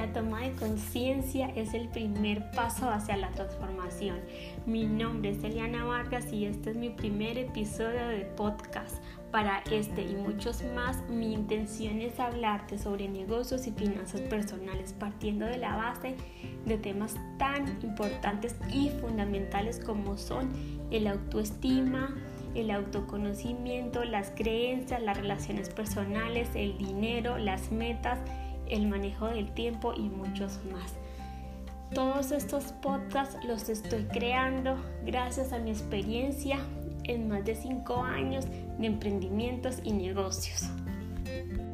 La toma de conciencia es el primer paso hacia la transformación. Mi nombre es Eliana Vargas y este es mi primer episodio de podcast. Para este y muchos más, mi intención es hablarte sobre negocios y finanzas personales, partiendo de la base de temas tan importantes y fundamentales como son el autoestima, el autoconocimiento, las creencias, las relaciones personales, el dinero, las metas, el manejo del tiempo y muchos más. Todos estos podcasts los estoy creando gracias a mi experiencia en más de 5 años de emprendimientos y negocios.